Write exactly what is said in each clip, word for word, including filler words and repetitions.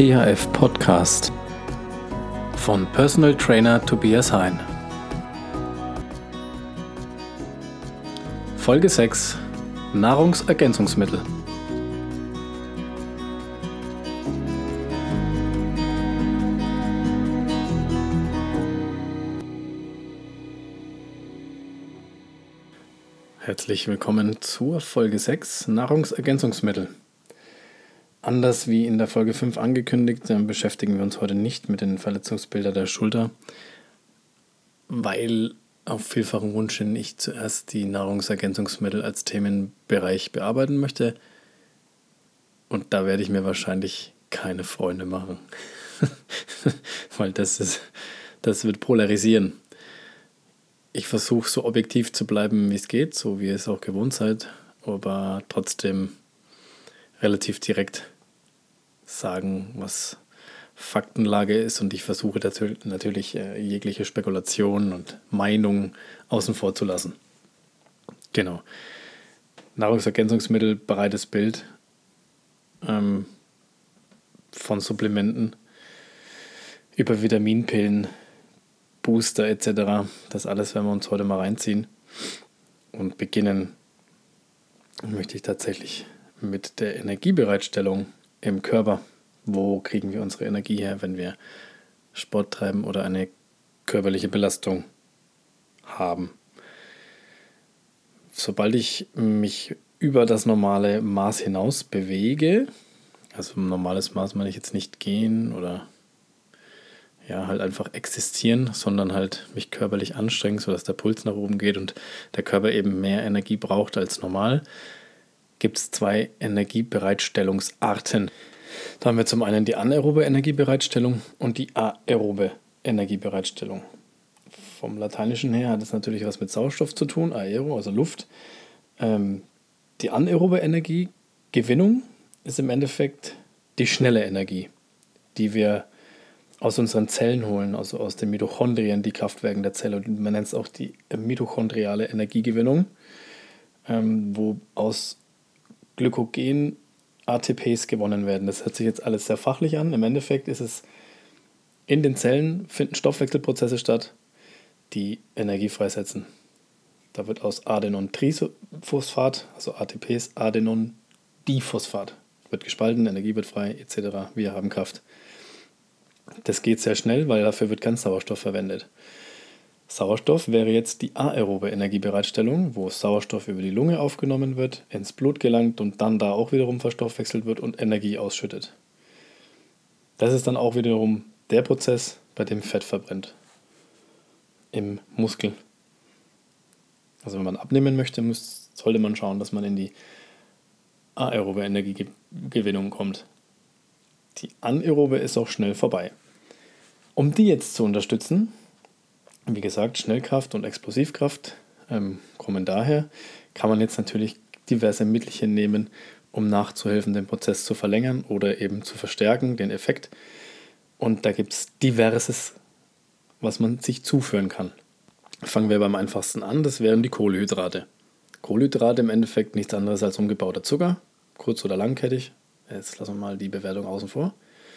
T H F Podcast von Personal Trainer Tobias Hein. Folge sechs: Nahrungsergänzungsmittel. Herzlich willkommen zur Folge sechs: Nahrungsergänzungsmittel. Anders wie in der Folge fünf angekündigt, beschäftigen wir uns heute nicht mit den Verletzungsbildern der Schulter, weil auf vielfachen Wunsch hin ich zuerst die Nahrungsergänzungsmittel als Themenbereich bearbeiten möchte. Und da werde ich mir wahrscheinlich keine Freunde machen, weil das ist, das wird polarisieren. Ich versuche so objektiv zu bleiben, wie es geht, so wie ihr es auch gewohnt seid, aber trotzdem relativ direkt sagen, was Faktenlage ist, und ich versuche natürlich jegliche Spekulation und Meinung außen vor zu lassen. Genau. Nahrungsergänzungsmittel, breites Bild ähm, von Supplementen über Vitaminpillen, Booster et cetera. Das alles werden wir uns heute mal reinziehen. Und beginnen möchte ich tatsächlich mit der Energiebereitstellung im Körper. Wo kriegen wir unsere Energie her, wenn wir Sport treiben oder eine körperliche Belastung haben? Sobald ich mich über das normale Maß hinaus bewege, also ein normales Maß meine ich jetzt nicht gehen oder ja, halt einfach existieren, sondern halt mich körperlich anstrengen, sodass der Puls nach oben geht und der Körper eben mehr Energie braucht als normal, gibt es zwei Energiebereitstellungsarten. Da haben wir zum einen die anaerobe Energiebereitstellung und die aerobe Energiebereitstellung. Vom Lateinischen her hat es natürlich was mit Sauerstoff zu tun, aero, also Luft. Ähm, die anaerobe Energiegewinnung ist im Endeffekt die schnelle Energie, die wir aus unseren Zellen holen, also aus den Mitochondrien, die Kraftwerken der Zelle. Und man nennt es auch die mitochondriale Energiegewinnung, ähm, wo aus Glykogen A T Ps gewonnen werden. Das hört sich jetzt alles sehr fachlich an. Im Endeffekt ist es, in den Zellen finden Stoffwechselprozesse statt, die Energie freisetzen. Da wird aus Adenon-Triphosphat, also A T Ps, Adenon-Diphosphat, wird gespalten, Energie wird frei et cetera. Wir haben Kraft. Das geht sehr schnell, weil dafür wird kein Sauerstoff verwendet. Sauerstoff wäre jetzt die aerobe Energiebereitstellung, wo Sauerstoff über die Lunge aufgenommen wird, ins Blut gelangt und dann da auch wiederum verstoffwechselt wird und Energie ausschüttet. Das ist dann auch wiederum der Prozess, bei dem Fett verbrennt. Im Muskel. Also wenn man abnehmen möchte, muss, sollte man schauen, dass man in die aerobe Energiegewinnung kommt. Die anaerobe ist auch schnell vorbei. Um die jetzt zu unterstützen, wie gesagt, Schnellkraft und Explosivkraft ähm, kommen daher, kann man jetzt natürlich diverse Mittelchen nehmen, um nachzuhelfen, den Prozess zu verlängern oder eben zu verstärken, den Effekt. Und da gibt es diverses, was man sich zuführen kann. Fangen wir beim einfachsten an, das wären die Kohlenhydrate. Kohlenhydrate im Endeffekt nichts anderes als umgebauter Zucker, kurz- oder langkettig. Jetzt lassen wir mal die Bewertung außen vor.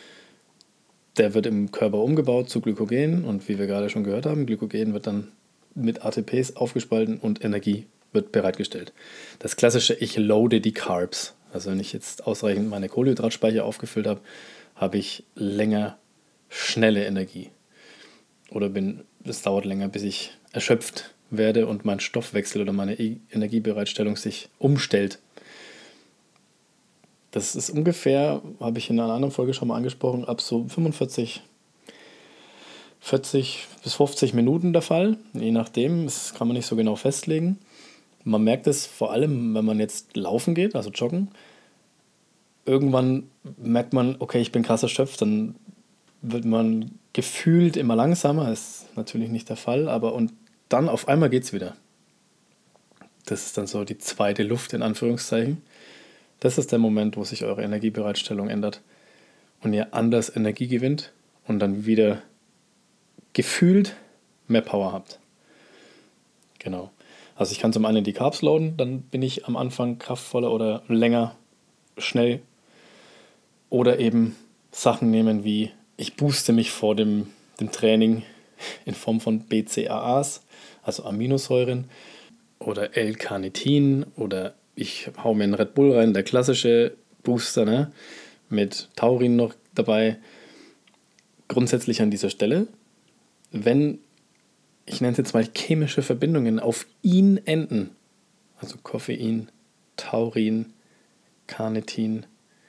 Der wird im Körper umgebaut zu Glykogen und wie wir gerade schon gehört haben, Glykogen wird dann mit A T Ps aufgespalten und Energie wird bereitgestellt. Das klassische, ich loade die Carbs. Also wenn ich jetzt ausreichend meine Kohlenhydratspeicher aufgefüllt habe, habe ich länger schnelle Energie. Oder bin, es dauert länger, bis ich erschöpft werde und mein Stoffwechsel oder meine Energiebereitstellung sich umstellt. Das ist ungefähr, habe ich in einer anderen Folge schon mal angesprochen, ab so fünfundvierzig, vierzig bis fünfzig Minuten der Fall. Je nachdem, das kann man nicht so genau festlegen. Man merkt es vor allem, wenn man jetzt laufen geht, also joggen. Irgendwann merkt man, okay, ich bin krass erschöpft, dann wird man gefühlt immer langsamer. Das ist natürlich nicht der Fall, aber und dann auf einmal geht es wieder. Das ist dann so die zweite Luft in Anführungszeichen. Das ist der Moment, wo sich eure Energiebereitstellung ändert und ihr anders Energie gewinnt und dann wieder gefühlt mehr Power habt. Genau. Also ich kann zum einen die Carbs loaden, dann bin ich am Anfang kraftvoller oder länger, schnell. Oder eben Sachen nehmen wie, ich booste mich vor dem, dem Training in Form von B C A As, also Aminosäuren, oder L-Carnitin, oder ich hau mir einen Red Bull rein, der klassische Booster, ne? Mit Taurin noch dabei. Grundsätzlich an dieser Stelle, wenn, ich nenne es jetzt mal chemische Verbindungen auf ihn enden, also Koffein, Taurin, Carnitin,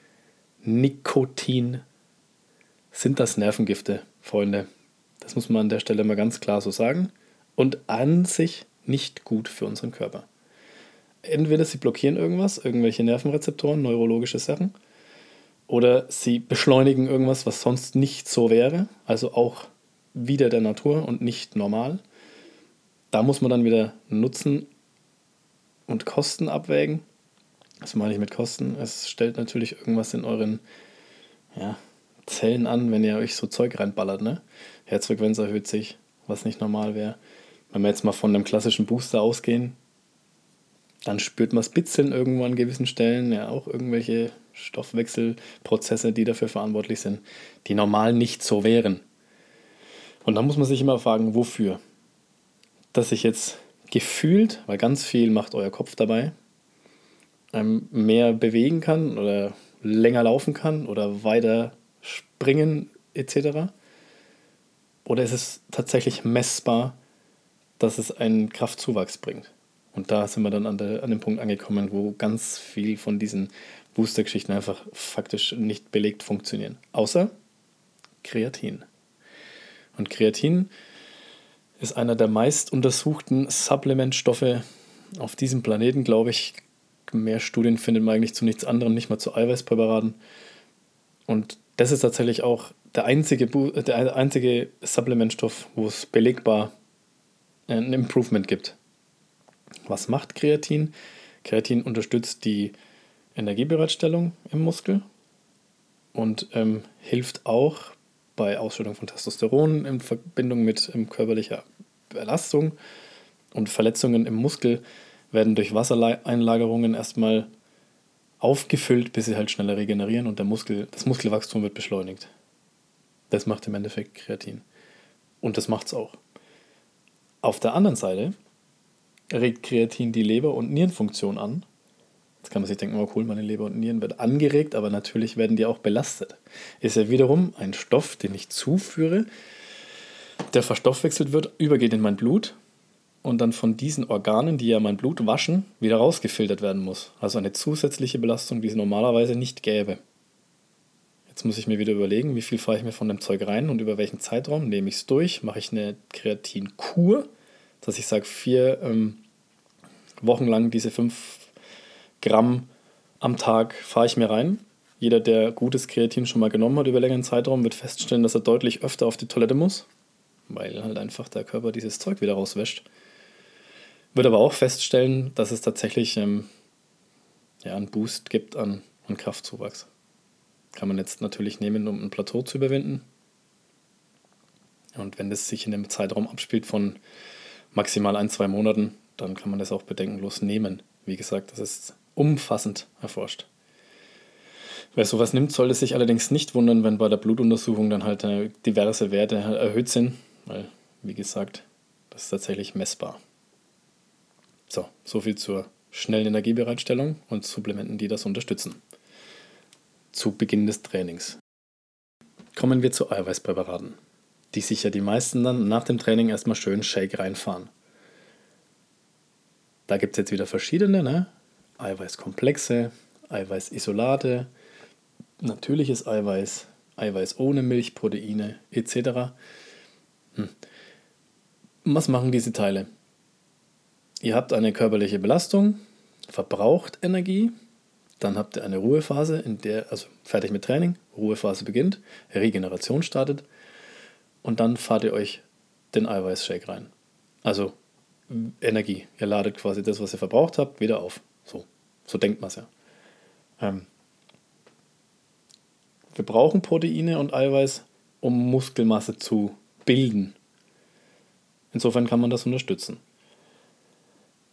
Nikotin, sind das Nervengifte, Freunde. Das muss man an der Stelle mal ganz klar so sagen. Und an sich nicht gut für unseren Körper. Entweder sie blockieren irgendwas, irgendwelche Nervenrezeptoren, neurologische Sachen, oder sie beschleunigen irgendwas, was sonst nicht so wäre, also auch wieder der Natur und nicht normal. Da muss man dann wieder Nutzen und Kosten abwägen. Was meine ich mit Kosten? Es stellt natürlich irgendwas in euren ja, Zellen an, wenn ihr euch so Zeug reinballert. Ne? Herzfrequenz erhöht sich, was nicht normal wäre. Wenn wir jetzt mal von einem klassischen Booster ausgehen, dann spürt man das Bitzeln irgendwo an gewissen Stellen, ja auch irgendwelche Stoffwechselprozesse, die dafür verantwortlich sind, die normal nicht so wären. Und da muss man sich immer fragen, wofür? Dass ich jetzt gefühlt, weil ganz viel macht euer Kopf dabei, mehr bewegen kann oder länger laufen kann oder weiter springen et cetera. Oder ist es tatsächlich messbar, dass es einen Kraftzuwachs bringt? Und da sind wir dann an, der, an dem Punkt angekommen, wo ganz viel von diesen Booster-Geschichten einfach faktisch nicht belegt funktionieren. Außer Kreatin. Und Kreatin ist einer der meist untersuchten Supplementstoffe auf diesem Planeten, glaube ich. Mehr Studien findet man eigentlich zu nichts anderem, nicht mal zu Eiweißpräparaten. Und das ist tatsächlich auch der einzige, der einzige Supplementstoff, wo es belegbar ein Improvement gibt. Was macht Kreatin? Kreatin unterstützt die Energiebereitstellung im Muskel und ähm, hilft auch bei Ausschüttung von Testosteron in Verbindung mit ähm, körperlicher Belastung, und Verletzungen im Muskel werden durch Wassereinlagerungen erstmal aufgefüllt, bis sie halt schneller regenerieren und der Muskel, das Muskelwachstum wird beschleunigt. Das macht im Endeffekt Kreatin. Und das macht es auch. Auf der anderen Seite regt Kreatin die Leber- und Nierenfunktion an. Jetzt kann man sich denken, oh cool, meine Leber und Nieren wird angeregt, aber natürlich werden die auch belastet. Ist ja wiederum ein Stoff, den ich zuführe, der verstoffwechselt wird, übergeht in mein Blut und dann von diesen Organen, die ja mein Blut waschen, wieder rausgefiltert werden muss. Also eine zusätzliche Belastung, die es normalerweise nicht gäbe. Jetzt muss ich mir wieder überlegen, wie viel fahre ich mir von dem Zeug rein und über welchen Zeitraum nehme ich es durch. Mache ich eine Kreatinkur, dass ich sage, vier ähm, Wochen lang diese fünf Gramm am Tag fahre ich mir rein. Jeder, der gutes Kreatin schon mal genommen hat über längeren Zeitraum, wird feststellen, dass er deutlich öfter auf die Toilette muss, weil halt einfach der Körper dieses Zeug wieder rauswäscht. Wird aber auch feststellen, dass es tatsächlich ähm, ja, einen Boost gibt an, an Kraftzuwachs. Kann man jetzt natürlich nehmen, um ein Plateau zu überwinden. Und wenn das sich in einem Zeitraum abspielt von maximal ein, zwei Monaten, dann kann man das auch bedenkenlos nehmen. Wie gesagt, das ist umfassend erforscht. Wer sowas nimmt, sollte sich allerdings nicht wundern, wenn bei der Blutuntersuchung dann halt äh, diverse Werte erhöht sind, weil, wie gesagt, das ist tatsächlich messbar. So, soviel zur schnellen Energiebereitstellung und Supplementen, die das unterstützen. Zu Beginn des Trainings. Kommen wir zu Eiweißpräparaten, die sich ja die meisten dann nach dem Training erstmal schön Shake reinfahren. Da gibt es jetzt wieder verschiedene, ne? Eiweißkomplexe, Eiweißisolate, natürliches Eiweiß, Eiweiß ohne Milchproteine et cetera. Hm. Was machen diese Teile? Ihr habt eine körperliche Belastung, verbraucht Energie, dann habt ihr eine Ruhephase, in der, also fertig mit Training, Ruhephase beginnt, Regeneration startet und dann fahrt ihr euch den Eiweißshake rein. Also Energie. Ihr ladet quasi das, was ihr verbraucht habt, wieder auf. So, so denkt man es ja. Ähm, wir brauchen Proteine und Eiweiß, um Muskelmasse zu bilden. Insofern kann man das unterstützen.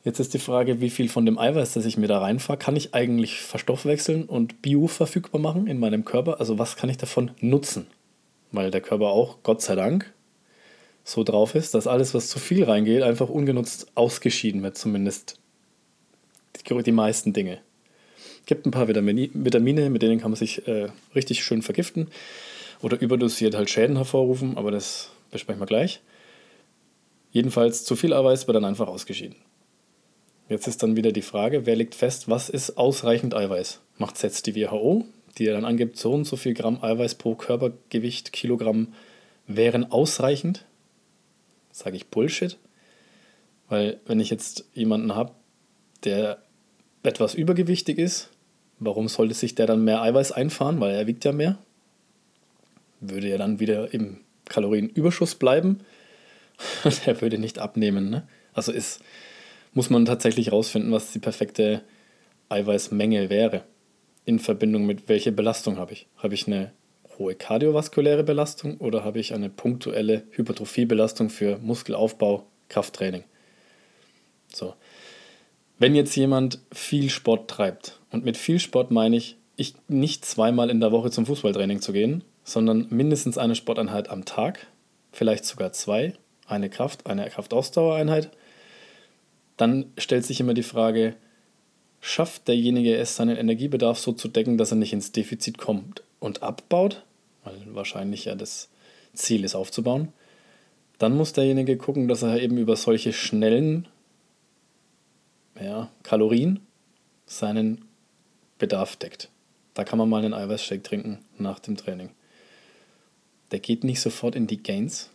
Jetzt ist die Frage, wie viel von dem Eiweiß, das ich mir da reinfahre, kann ich eigentlich verstoffwechseln und bioverfügbar machen in meinem Körper? Also was kann ich davon nutzen? Weil der Körper auch, Gott sei Dank, so drauf ist, dass alles, was zu viel reingeht, einfach ungenutzt ausgeschieden wird, zumindest die, die meisten Dinge. Es gibt ein paar Vitamini, Vitamine, mit denen kann man sich äh, richtig schön vergiften oder überdosiert halt Schäden hervorrufen, aber das besprechen wir gleich. Jedenfalls zu viel Eiweiß wird dann einfach ausgeschieden. Jetzt ist dann wieder die Frage, wer legt fest, was ist ausreichend Eiweiß? Macht es jetzt die W H O, die ja dann angibt, so und so viel Gramm Eiweiß pro Körpergewicht, Kilogramm wären ausreichend? Sage ich Bullshit. Weil wenn ich jetzt jemanden habe, der etwas übergewichtig ist, warum sollte sich der dann mehr Eiweiß einfahren? Weil er wiegt ja mehr. Würde er dann wieder im Kalorienüberschuss bleiben. Der würde nicht abnehmen. Ne? Also ist, muss man tatsächlich rausfinden, was die perfekte Eiweißmenge wäre. In Verbindung mit welcher Belastung habe ich. Habe ich eine hohe kardiovaskuläre Belastung oder habe ich eine punktuelle Hypertrophiebelastung für Muskelaufbau, Krafttraining? So. Wenn jetzt jemand viel Sport treibt, und mit viel Sport meine ich, ich nicht zweimal in der Woche zum Fußballtraining zu gehen, sondern mindestens eine Sporteinheit am Tag, vielleicht sogar zwei, eine Kraft, eine Kraftausdauereinheit, dann stellt sich immer die Frage, schafft derjenige es, seinen Energiebedarf so zu decken, dass er nicht ins Defizit kommt und abbaut, weil wahrscheinlich ja das Ziel ist aufzubauen, dann muss derjenige gucken, dass er eben über solche schnellen ja, Kalorien seinen Bedarf deckt. Da kann man mal einen Eiweißshake trinken nach dem Training. Der geht nicht sofort in die Gains,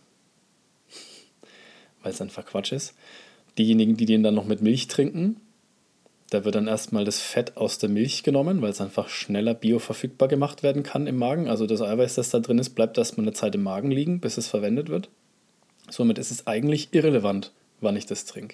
weil es einfach Quatsch ist. Diejenigen, die den dann noch mit Milch trinken, da wird dann erstmal das Fett aus der Milch genommen, weil es einfach schneller bioverfügbar gemacht werden kann im Magen. Also das Eiweiß, das da drin ist, bleibt erstmal eine Zeit im Magen liegen, bis es verwendet wird. Somit ist es eigentlich irrelevant, wann ich das trinke.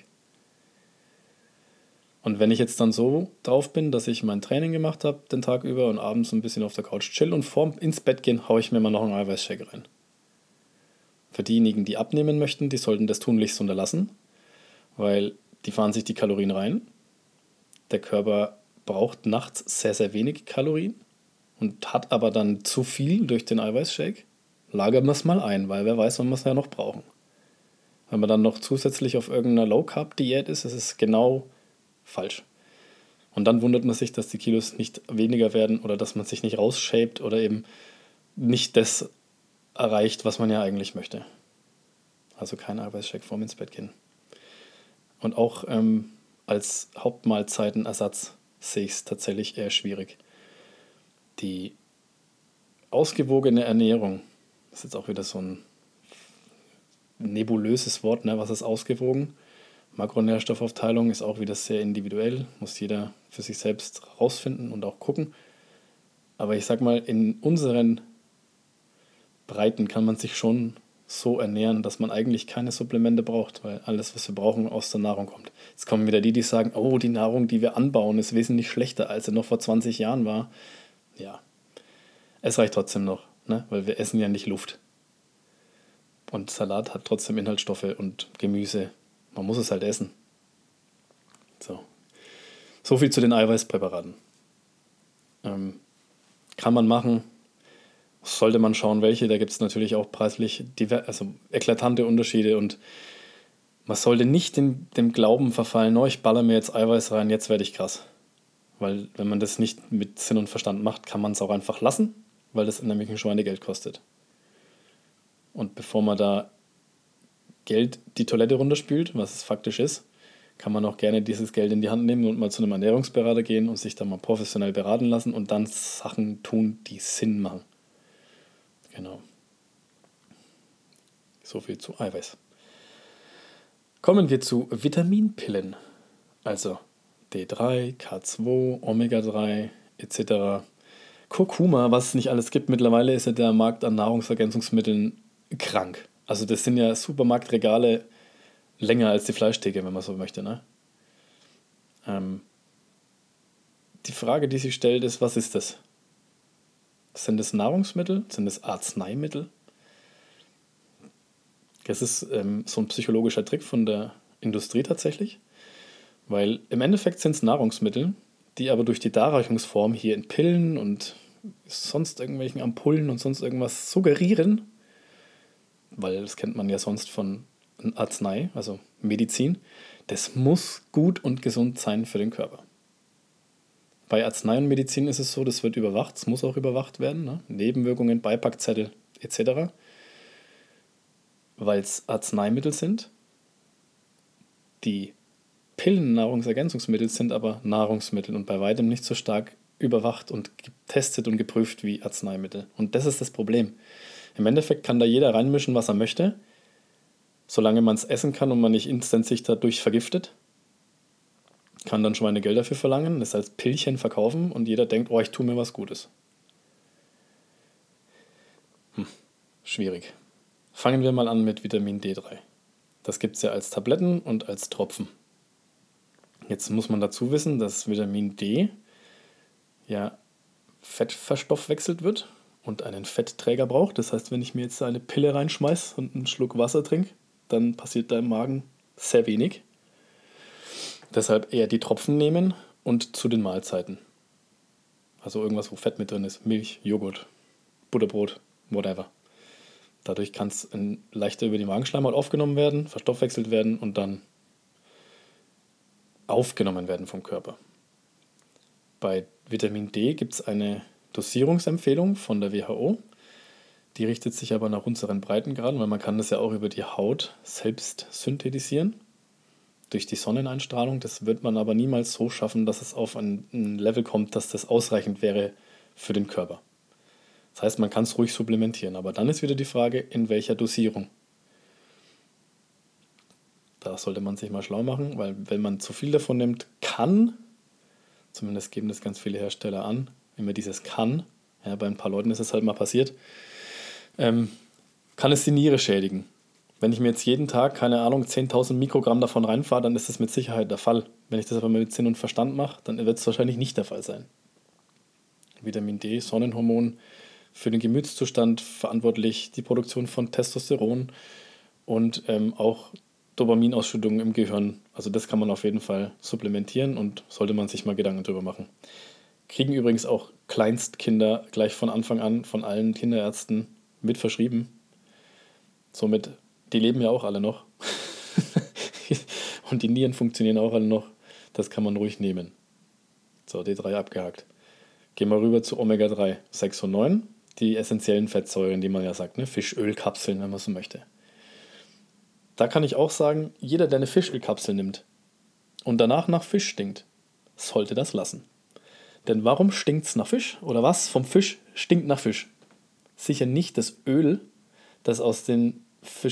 Und wenn ich jetzt dann so drauf bin, dass ich mein Training gemacht habe den Tag über und abends ein bisschen auf der Couch chill und vorm ins Bett gehen, haue ich mir mal noch einen Eiweißshake rein. Für diejenigen, die abnehmen möchten, die sollten das tunlichst unterlassen, weil die fahren sich die Kalorien rein. Der Körper braucht nachts sehr, sehr wenig Kalorien und hat aber dann zu viel durch den Eiweißshake. Lagern wir es mal ein, weil wer weiß, wann wir es ja noch brauchen. Wenn man dann noch zusätzlich auf irgendeiner Low-Carb-Diät ist, ist es genau falsch. Und dann wundert man sich, dass die Kilos nicht weniger werden oder dass man sich nicht rausshaped oder eben nicht das erreicht, was man ja eigentlich möchte. Also kein Eiweißshake vorm ins Bett gehen. Und auch ähm, als Hauptmahlzeitenersatz sehe ich es tatsächlich eher schwierig. Die ausgewogene Ernährung, das ist jetzt auch wieder so ein nebulöses Wort, ne? Was ist ausgewogen? Makronährstoffaufteilung ist auch wieder sehr individuell, muss jeder für sich selbst rausfinden und auch gucken. Aber ich sag mal, in unseren Breiten kann man sich schon so ernähren, dass man eigentlich keine Supplemente braucht, weil alles, was wir brauchen, aus der Nahrung kommt. Jetzt kommen wieder die, die sagen, oh, die Nahrung, die wir anbauen, ist wesentlich schlechter, als sie noch vor zwanzig Jahren war. Ja, es reicht trotzdem noch, ne? Weil wir essen ja nicht Luft. Und Salat hat trotzdem Inhaltsstoffe und Gemüse. Man muss es halt essen. So, so viel zu den Eiweißpräparaten. Ähm, kann man machen, sollte man schauen, welche. Da gibt es natürlich auch preislich diver- also eklatante Unterschiede und man sollte nicht dem, dem Glauben verfallen, oh, ich baller mir jetzt Eiweiß rein, jetzt werde ich krass. Weil wenn man das nicht mit Sinn und Verstand macht, kann man es auch einfach lassen, weil das nämlich ein Schweinegeld kostet. Und bevor man da Geld die Toilette runterspült, was es faktisch ist, kann man auch gerne dieses Geld in die Hand nehmen und mal zu einem Ernährungsberater gehen und sich da mal professionell beraten lassen und dann Sachen tun, die Sinn machen. Genau. So viel zu Eiweiß. Kommen wir zu Vitaminpillen. Also D drei, K zwei, Omega drei et cetera. Kurkuma, was es nicht alles gibt. Mittlerweile ist ja der Markt an Nahrungsergänzungsmitteln krank. Also das sind ja Supermarktregale länger als die Fleischtheke, wenn man so möchte. Ne? Ähm, die Frage, die sich stellt, ist, was ist das? Sind es Nahrungsmittel? Sind es Arzneimittel? Das ist ähm, so ein psychologischer Trick von der Industrie tatsächlich. Weil im Endeffekt sind es Nahrungsmittel, die aber durch die Darreichungsform hier in Pillen und sonst irgendwelchen Ampullen und sonst irgendwas suggerieren, weil das kennt man ja sonst von Arznei, also Medizin, das muss gut und gesund sein für den Körper. Bei Arznei und Medizin ist es so, das wird überwacht, es muss auch überwacht werden, ne? Nebenwirkungen, Beipackzettel et cetera, weil es Arzneimittel sind. Die Pillen, Nahrungsergänzungsmittel sind aber Nahrungsmittel und bei weitem nicht so stark überwacht und getestet und geprüft wie Arzneimittel. Und das ist das Problem. Im Endeffekt kann da jeder reinmischen, was er möchte, solange man es essen kann und man nicht instant sich dadurch vergiftet. Kann dann Schweinegeld dafür verlangen, das als Pillchen verkaufen und jeder denkt, oh, ich tue mir was Gutes. Hm, schwierig. Fangen wir mal an mit Vitamin D drei. Das gibt es ja als Tabletten und als Tropfen. Jetzt muss man dazu wissen, dass Vitamin D ja Fett verstoffwechselt wird und einen Fettträger braucht. Das heißt, wenn ich mir jetzt eine Pille reinschmeiße und einen Schluck Wasser trinke, dann passiert da im Magen sehr wenig. Deshalb eher die Tropfen nehmen und zu den Mahlzeiten. Also irgendwas, wo Fett mit drin ist. Milch, Joghurt, Butterbrot, whatever. Dadurch kann es leichter über die Magenschleimhaut aufgenommen werden, verstoffwechselt werden und dann aufgenommen werden vom Körper. Bei Vitamin D gibt es eine Dosierungsempfehlung von der W H O. Die richtet sich aber nach unseren Breitengraden, weil man kann das ja auch über die Haut selbst synthetisieren. Durch die Sonneneinstrahlung. Das wird man aber niemals so schaffen, dass es auf ein, ein Level kommt, dass das ausreichend wäre für den Körper. Das heißt, man kann es ruhig supplementieren. Aber dann ist wieder die Frage, in welcher Dosierung. Da sollte man sich mal schlau machen, weil wenn man zu viel davon nimmt, kann, zumindest geben das ganz viele Hersteller an, immer dieses kann, ja, bei ein paar Leuten ist es halt mal passiert, ähm, kann es die Niere schädigen. Wenn ich mir jetzt jeden Tag, keine Ahnung, zehntausend Mikrogramm davon reinfahre, dann ist das mit Sicherheit der Fall. Wenn ich das aber mit Sinn und Verstand mache, dann wird es wahrscheinlich nicht der Fall sein. Vitamin D, Sonnenhormon, für den Gemütszustand verantwortlich, die Produktion von Testosteron und ähm, auch Dopaminausschüttung im Gehirn. Also das kann man auf jeden Fall supplementieren und sollte man sich mal Gedanken drüber machen. Kriegen übrigens auch Kleinstkinder gleich von Anfang an von allen Kinderärzten mit verschrieben. Somit, die leben ja auch alle noch. Und die Nieren funktionieren auch alle noch. Das kann man ruhig nehmen. So, D drei abgehakt. Gehen wir rüber zu Omega drei, sechs und neun. Die essentiellen Fettsäuren, die man ja sagt, ne? Fischölkapseln, wenn man so möchte. Da kann ich auch sagen, jeder, der eine Fischölkapsel nimmt und danach nach Fisch stinkt, sollte das lassen. Denn warum stinkt es nach Fisch? Oder was vom Fisch stinkt nach Fisch? Sicher nicht das Öl, das aus den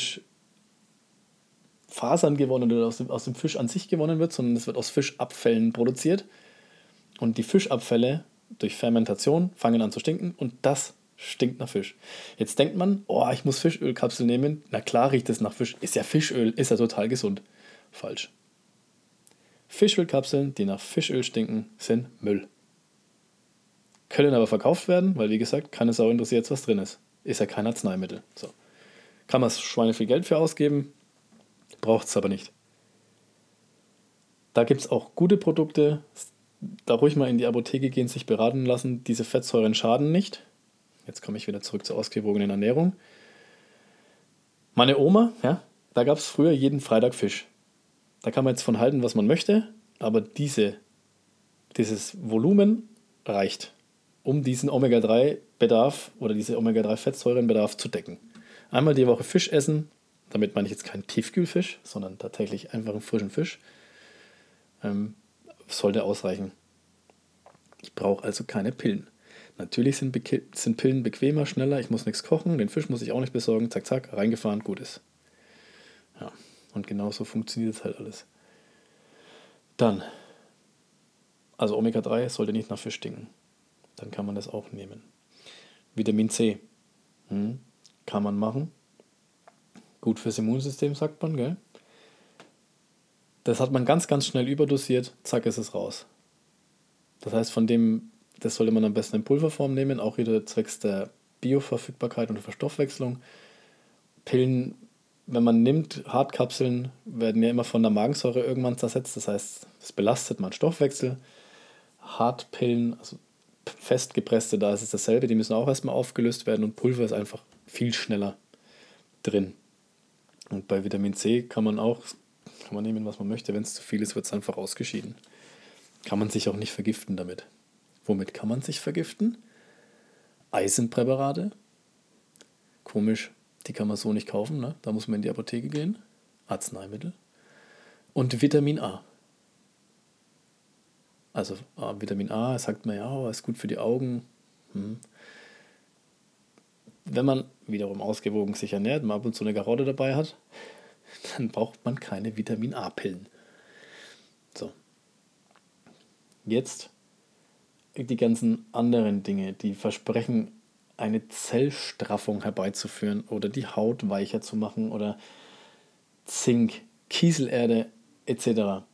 Fischfasern gewonnen oder aus dem, aus dem Fisch an sich gewonnen wird, sondern es wird aus Fischabfällen produziert. Und die Fischabfälle durch Fermentation fangen an zu stinken und das stinkt nach Fisch. Jetzt denkt man, oh, ich muss Fischölkapsel nehmen. Na klar riecht es nach Fisch. Ist ja Fischöl, ist ja total gesund. Falsch. Fischölkapseln, die nach Fischöl stinken, sind Müll. Können aber verkauft werden, weil wie gesagt, keine Sau interessiert, was drin ist. Ist ja kein Arzneimittel. So. Kann man Schweine viel Geld für ausgeben, braucht es aber nicht. Da gibt es auch gute Produkte, da ruhig mal in die Apotheke gehen, sich beraten lassen. Diese Fettsäuren schaden nicht. Jetzt komme ich wieder zurück zur ausgewogenen Ernährung. Meine Oma, ja, da gab es früher jeden Freitag Fisch. Da kann man jetzt von halten, was man möchte, aber diese, dieses Volumen reicht, um diesen Omega drei Bedarf oder diese Omega drei Fettsäurenbedarf zu decken. Einmal die Woche Fisch essen, damit meine ich jetzt keinen Tiefkühlfisch, sondern tatsächlich einfach einen frischen Fisch, ähm, sollte ausreichen. Ich brauche also keine Pillen. Natürlich sind, Be- sind Pillen bequemer, schneller, ich muss nichts kochen, den Fisch muss ich auch nicht besorgen, zack, zack, reingefahren, gut ist. Ja, und genau so funktioniert es halt alles. Dann, also Omega drei sollte nicht nach Fisch stinken. Dann kann man das auch nehmen. Vitamin C, hm, kann man machen. Gut fürs Immunsystem, sagt man, gell? Das hat man ganz, ganz schnell überdosiert, zack, ist es raus. Das heißt, von dem, das sollte man am besten in Pulverform nehmen, auch wieder zwecks der Bioverfügbarkeit und Verstoffwechslung. Pillen wenn man nimmt, Hartkapseln werden ja immer von der Magensäure irgendwann zersetzt. Das heißt, es belastet meinen Stoffwechsel. Hartpillen, also festgepresste, da ist es dasselbe. Die müssen auch erstmal aufgelöst werden und Pulver ist einfach viel schneller drin. Und bei Vitamin C kann man auch, kann man nehmen, was man möchte. Wenn es zu viel ist, wird es einfach ausgeschieden. Kann man sich auch nicht vergiften damit. Womit kann man sich vergiften? Eisenpräparate. Komisch, die kann man so nicht kaufen, ne? Da muss man in die Apotheke gehen. Arzneimittel. Und Vitamin A. Also äh, Vitamin A, sagt man ja, oh, ist gut für die Augen. Hm. Wenn man wiederum ausgewogen sich ernährt, mal ab und zu eine Karotte dabei hat, dann braucht man keine Vitamin A-Pillen. So. Jetzt die ganzen anderen Dinge, die versprechen, eine Zellstraffung herbeizuführen oder die Haut weicher zu machen oder Zink, Kieselerde et cetera.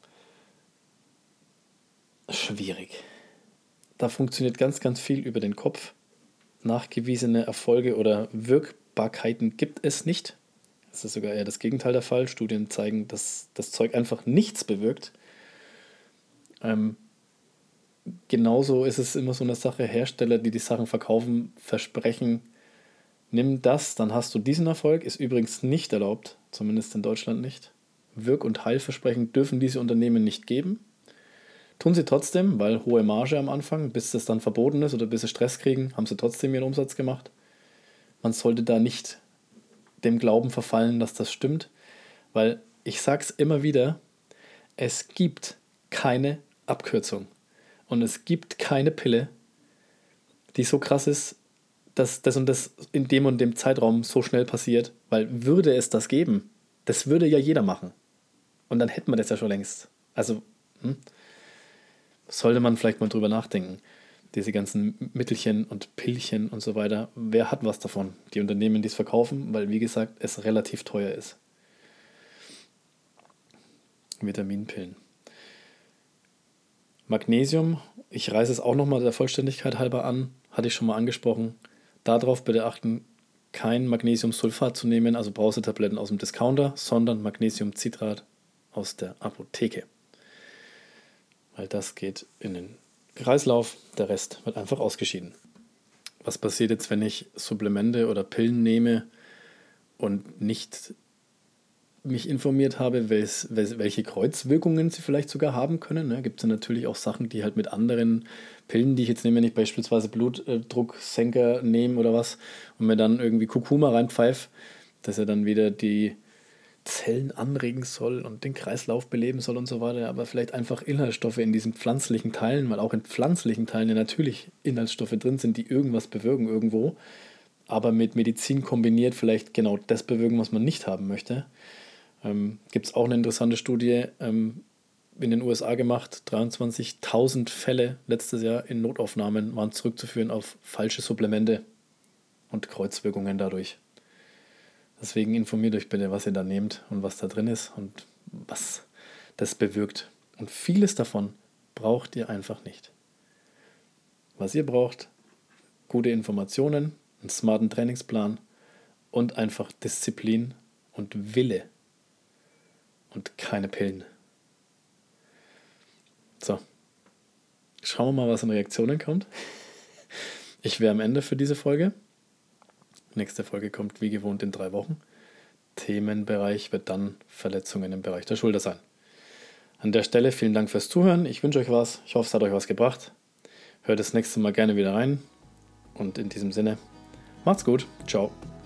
Schwierig. Da funktioniert ganz, ganz viel über den Kopf. Nachgewiesene Erfolge oder Wirkbarkeiten gibt es nicht. Das ist sogar eher das Gegenteil der Fall. Studien zeigen, dass das Zeug einfach nichts bewirkt. Ähm, genauso ist es immer so eine Sache, Hersteller, die die Sachen verkaufen, versprechen, nimm das, dann hast du diesen Erfolg. Ist übrigens nicht erlaubt, zumindest in Deutschland nicht. Wirk- und Heilversprechen dürfen diese Unternehmen nicht geben. Tun sie trotzdem, weil hohe Marge am Anfang, bis das dann verboten ist oder bis sie Stress kriegen, haben sie trotzdem ihren Umsatz gemacht. Man sollte da nicht dem Glauben verfallen, dass das stimmt, weil ich sage es immer wieder, es gibt keine Abkürzung und es gibt keine Pille, die so krass ist, dass das und das in dem und dem Zeitraum so schnell passiert, weil würde es das geben, das würde ja jeder machen und dann hätten wir das ja schon längst. Also, hm? Sollte man vielleicht mal drüber nachdenken. Diese ganzen Mittelchen und Pillchen und so weiter. Wer hat was davon? Die Unternehmen, die es verkaufen, weil, wie gesagt, es relativ teuer ist. Vitaminpillen. Magnesium, ich reiße es auch nochmal der Vollständigkeit halber an, hatte ich schon mal angesprochen. Darauf bitte achten, kein Magnesiumsulfat zu nehmen, also Brausetabletten aus dem Discounter, sondern Magnesiumcitrat aus der Apotheke. Weil das geht in den Kreislauf, der Rest wird einfach ausgeschieden. Was passiert jetzt, wenn ich Supplemente oder Pillen nehme und nicht mich informiert habe, welche Kreuzwirkungen sie vielleicht sogar haben können? Ne? Gibt es natürlich auch Sachen, die halt mit anderen Pillen, die ich jetzt nehme, wenn ich beispielsweise Blutdrucksenker nehme oder was und mir dann irgendwie Kurkuma reinpfeife, dass er dann wieder die Zellen anregen soll und den Kreislauf beleben soll und so weiter, aber vielleicht einfach Inhaltsstoffe in diesen pflanzlichen Teilen, weil auch in pflanzlichen Teilen ja natürlich Inhaltsstoffe drin sind, die irgendwas bewirken irgendwo, aber mit Medizin kombiniert vielleicht genau das bewirken, was man nicht haben möchte. Ähm, gibt es auch eine interessante Studie ähm, in den U S A gemacht, dreiundzwanzigtausend Fälle letztes Jahr in Notaufnahmen waren zurückzuführen auf falsche Supplemente und Kreuzwirkungen dadurch. Deswegen informiert euch bitte, was ihr da nehmt und was da drin ist und was das bewirkt. Und vieles davon braucht ihr einfach nicht. Was ihr braucht, gute Informationen, einen smarten Trainingsplan und einfach Disziplin und Wille und keine Pillen. So, schauen wir mal, was an Reaktionen kommt. Ich wäre am Ende für diese Folge. Nächste Folge kommt wie gewohnt in drei Wochen. Themenbereich wird dann Verletzungen im Bereich der Schulter sein. An der Stelle vielen Dank fürs Zuhören. Ich wünsche euch was. Ich hoffe, es hat euch was gebracht. Hört das nächste Mal gerne wieder rein. Und in diesem Sinne, macht's gut. Ciao.